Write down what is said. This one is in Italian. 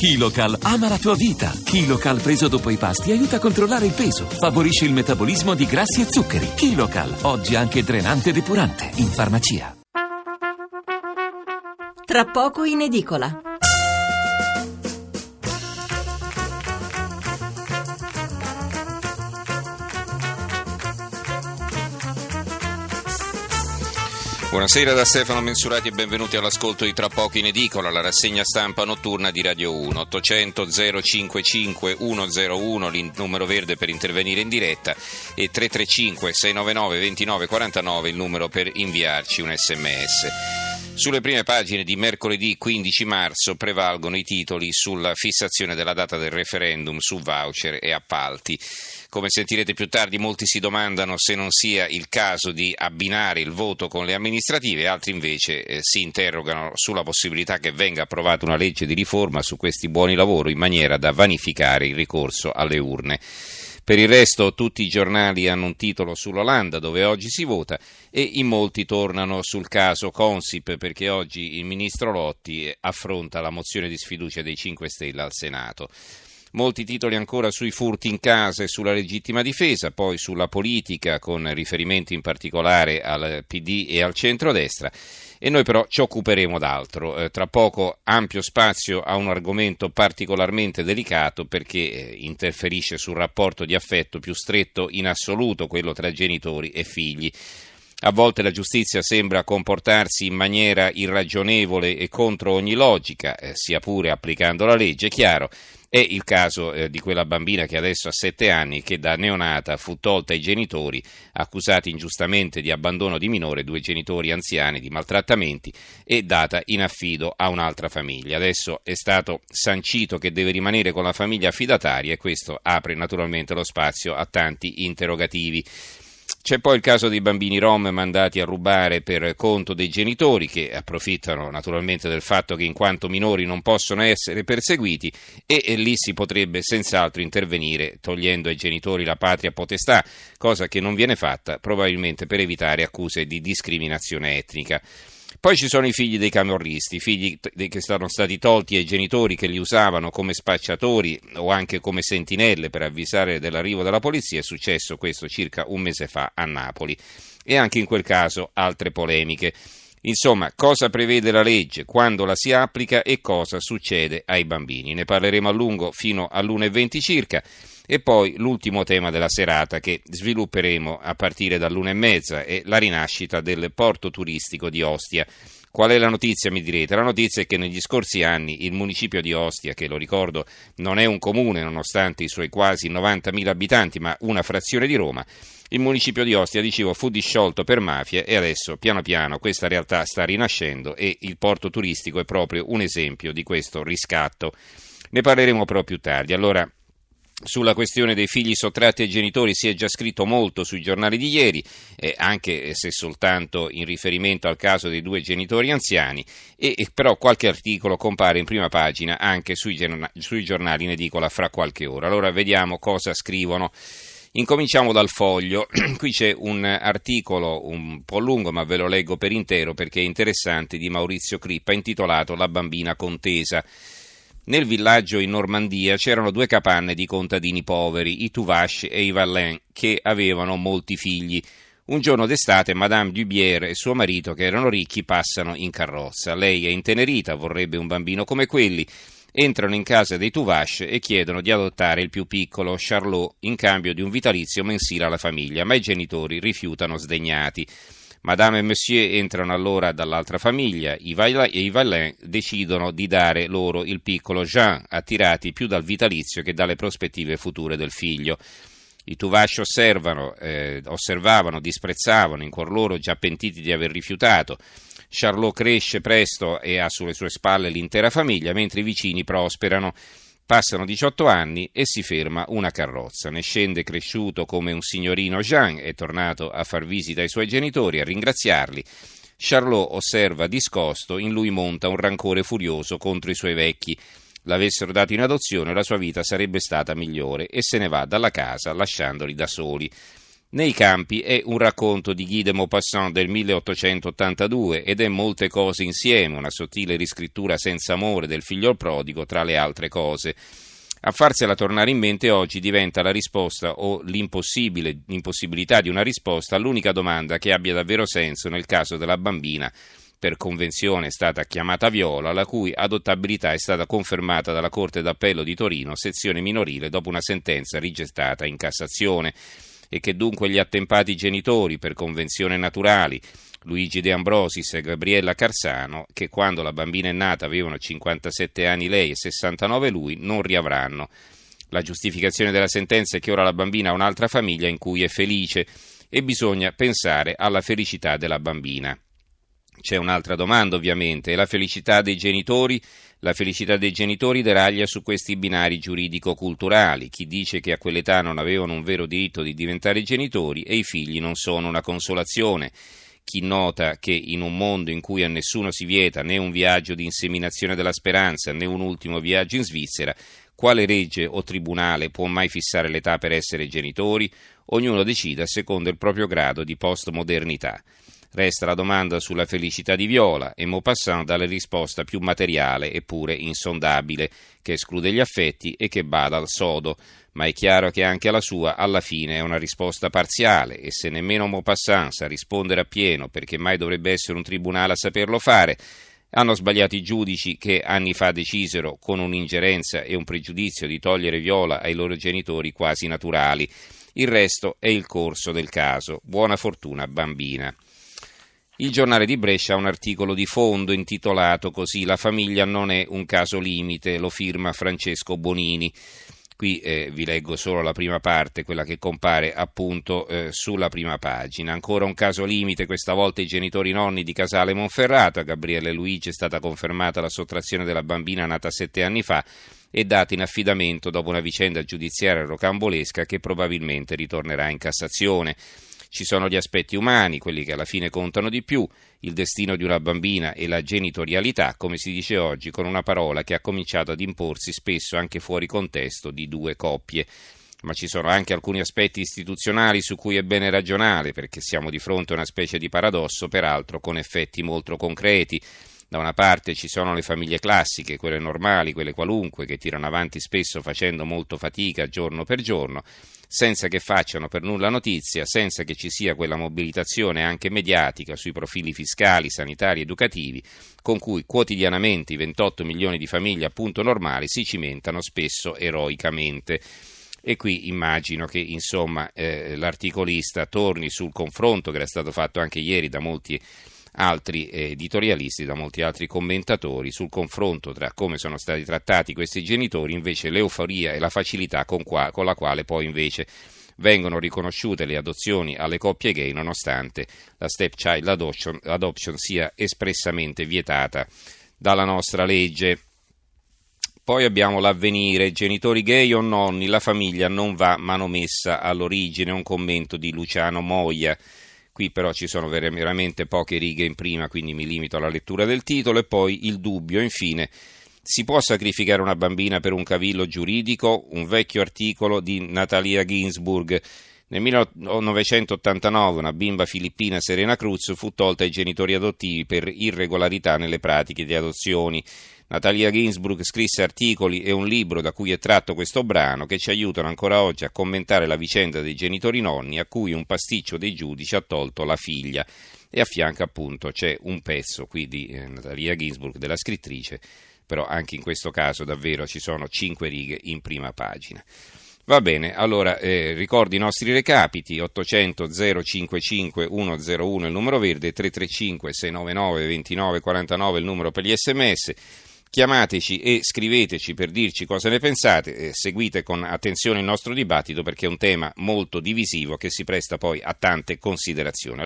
KiloCal ama la tua vita. KiloCal preso dopo i pasti aiuta a controllare il peso, favorisce il metabolismo di grassi e zuccheri. KiloCal, oggi anche drenante e depurante, in farmacia. Tra poco in edicola. Buonasera da Stefano Mensurati e benvenuti all'ascolto di Tra poco in edicola, la rassegna stampa notturna di Radio 1. 800 055 101 il numero verde per intervenire in diretta e 335 699 2949 il numero per inviarci un sms. Sulle prime pagine di mercoledì 15 marzo prevalgono i titoli sulla fissazione della data del referendum su voucher e appalti. Come sentirete più tardi, molti si domandano se non sia il caso di abbinare il voto con le amministrative, altri invece si interrogano sulla possibilità che venga approvata una legge di riforma su questi buoni lavori in maniera da vanificare il ricorso alle urne. Per il resto tutti i giornali hanno un titolo sull'Olanda dove oggi si vota e in molti tornano sul caso Consip perché oggi il ministro Lotti affronta la mozione di sfiducia dei 5 Stelle al Senato. Molti titoli ancora sui furti in casa e sulla legittima difesa, poi sulla politica con riferimenti in particolare al PD e al centrodestra. E noi però ci occuperemo d'altro. Tra poco ampio spazio a un argomento particolarmente delicato perché interferisce sul rapporto di affetto più stretto in assoluto, quello tra genitori e figli. A volte la giustizia sembra comportarsi in maniera irragionevole e contro ogni logica, sia pure applicando la legge, chiaro. È il caso di quella bambina che adesso ha 7 anni che da neonata fu tolta ai genitori, accusati ingiustamente di abbandono di minore, 2 genitori anziani, di maltrattamenti e data in affido a un'altra famiglia. Adesso è stato sancito che deve rimanere con la famiglia affidataria e questo apre naturalmente lo spazio a tanti interrogativi. C'è poi il caso dei bambini rom mandati a rubare per conto dei genitori che approfittano naturalmente del fatto che in quanto minori non possono essere perseguiti e lì si potrebbe senz'altro intervenire togliendo ai genitori la patria potestà, cosa che non viene fatta probabilmente per evitare accuse di discriminazione etnica. Poi ci sono i figli dei camorristi, figli che sono stati tolti ai genitori che li usavano come spacciatori o anche come sentinelle per avvisare dell'arrivo della polizia. È successo questo circa un mese fa a Napoli e anche in quel caso altre polemiche. Insomma, cosa prevede la legge, quando la si applica e cosa succede ai bambini. Ne parleremo a lungo fino all'1:20 circa. E poi l'ultimo tema della serata che svilupperemo a partire dall'1:30 è la rinascita del porto turistico di Ostia. Qual è la notizia, mi direte? La notizia è che negli scorsi anni il municipio di Ostia, che lo ricordo non è un comune nonostante i suoi quasi 90.000 abitanti, ma una frazione di Roma, il municipio di Ostia, dicevo, fu disciolto per mafia e adesso piano piano questa realtà sta rinascendo e il porto turistico è proprio un esempio di questo riscatto. Ne parleremo però più tardi. Allora, sulla questione dei figli sottratti ai genitori si è già scritto molto sui giornali di ieri, anche se soltanto in riferimento al caso dei 2 genitori anziani, però qualche articolo compare in prima pagina anche sui giornali in edicola fra qualche ora. Allora vediamo cosa scrivono. Incominciamo dal Foglio. Qui c'è un articolo un po' lungo, ma ve lo leggo per intero perché è interessante, di Maurizio Crippa, intitolato La bambina contesa. Nel villaggio in Normandia c'erano 2 capanne di contadini poveri, i Tuvache e i Vallin, che avevano molti figli. Un giorno d'estate Madame Dubier e suo marito, che erano ricchi, passano in carrozza. Lei è intenerita, vorrebbe un bambino come quelli. Entrano in casa dei Tuvache e chiedono di adottare il più piccolo, Charlot, in cambio di un vitalizio mensile alla famiglia, ma i genitori rifiutano sdegnati. Madame e Monsieur entrano allora dall'altra famiglia, i Vallin decidono di dare loro il piccolo Jean, attirati più dal vitalizio che dalle prospettive future del figlio. I Tuvache osservavano, disprezzavano, in cuor loro già pentiti di aver rifiutato. Charlot cresce presto e ha sulle sue spalle l'intera famiglia, mentre i vicini prosperano. Passano 18 anni e si ferma una carrozza. Ne scende cresciuto come un signorino Jean, è tornato a far visita ai suoi genitori, a ringraziarli. Charlot osserva discosto, in lui monta un rancore furioso contro i suoi vecchi. L'avessero dato in adozione, la sua vita sarebbe stata migliore e se ne va dalla casa lasciandoli da soli. nei campi è un racconto di Guy de Maupassant del 1882 ed è molte cose insieme, una sottile riscrittura senza amore del figliol prodigo tra le altre cose. A farsela tornare in mente oggi diventa la risposta o l'impossibilità di una risposta all'unica domanda che abbia davvero senso nel caso della bambina, per convenzione è stata chiamata Viola, la cui adottabilità è stata confermata dalla Corte d'Appello di Torino, sezione minorile, dopo una sentenza rigettata in Cassazione, e che dunque gli attempati genitori, per convenzione naturali, Luigi De Ambrosis e Gabriella Carsano, che quando la bambina è nata avevano 57 anni lei e 69 lui, non riavranno. La giustificazione della sentenza è che ora la bambina ha un'altra famiglia in cui è felice e bisogna pensare alla felicità della bambina. C'è un'altra domanda ovviamente, è la felicità dei genitori? La felicità dei genitori deraglia su questi binari giuridico-culturali. Chi dice che a quell'età non avevano un vero diritto di diventare genitori e i figli non sono una consolazione. Chi nota che in un mondo in cui a nessuno si vieta né un viaggio di inseminazione della speranza né un ultimo viaggio in Svizzera, quale legge o tribunale può mai fissare l'età per essere genitori? Ognuno decida secondo il proprio grado di postmodernità. Resta la domanda sulla felicità di Viola e Maupassant dà la risposta più materiale eppure insondabile, che esclude gli affetti e che bada al sodo, ma è chiaro che anche la sua alla fine è una risposta parziale e se nemmeno Maupassant sa rispondere appieno perché mai dovrebbe essere un tribunale a saperlo fare, hanno sbagliato i giudici che anni fa decisero con un'ingerenza e un pregiudizio di togliere Viola ai loro genitori quasi naturali. Il resto è il corso del caso. Buona fortuna bambina. Il giornale di Brescia ha un articolo di fondo intitolato così: La famiglia non è un caso limite, lo firma Francesco Bonini. Qui vi leggo solo la prima parte, quella che compare appunto sulla prima pagina. Ancora un caso limite, questa volta i genitori nonni di Casale Monferrato. A Gabriele e Luigi è stata confermata la sottrazione della bambina nata 7 anni fa e data in affidamento dopo una vicenda giudiziaria rocambolesca che probabilmente ritornerà in Cassazione. Ci sono gli aspetti umani, quelli che alla fine contano di più, il destino di una bambina e la genitorialità, come si dice oggi, con una parola che ha cominciato ad imporsi spesso anche fuori contesto di due coppie. Ma ci sono anche alcuni aspetti istituzionali su cui è bene ragionare, perché siamo di fronte a una specie di paradosso, peraltro con effetti molto concreti. Da una parte ci sono le famiglie classiche, quelle normali, quelle qualunque, che tirano avanti spesso facendo molto fatica giorno per giorno, senza che facciano per nulla notizia, senza che ci sia quella mobilitazione anche mediatica sui profili fiscali, sanitari, educativi, con cui quotidianamente i 28 milioni di famiglie appunto normali si cimentano spesso eroicamente. E qui immagino che insomma l'articolista torni sul confronto che era stato fatto anche ieri da molti altri editorialisti, da molti altri commentatori, sul confronto tra come sono stati trattati questi genitori, invece l'euforia e la facilità con la quale poi invece vengono riconosciute le adozioni alle coppie gay, nonostante la stepchild adoption sia espressamente vietata dalla nostra legge. Poi abbiamo l'Avvenire, genitori gay o nonni, la famiglia non va manomessa all'origine, un commento di Luciano Moia. Qui però ci sono veramente poche righe in prima, quindi mi limito alla lettura del titolo. E poi il dubbio, infine, si può sacrificare una bambina per un cavillo giuridico? Un vecchio articolo di Natalia Ginsburg. Nel 1989 una bimba filippina, Serena Cruz, fu tolta ai genitori adottivi per irregolarità nelle pratiche di adozioni. Natalia Ginsburg scrisse articoli e un libro da cui è tratto questo brano che ci aiutano ancora oggi a commentare la vicenda dei genitori nonni a cui un pasticcio dei giudici ha tolto la figlia. E a fianco appunto c'è un pezzo qui di Natalia Ginsburg, della scrittrice, però anche in questo caso davvero ci sono 5 righe in prima pagina. Va bene, allora ricordi i nostri recapiti: 800 055 101 il numero verde, 335 699 2949 il numero per gli sms. Chiamateci e scriveteci per dirci cosa ne pensate, seguite con attenzione il nostro dibattito perché è un tema molto divisivo che si presta poi a tante considerazioni.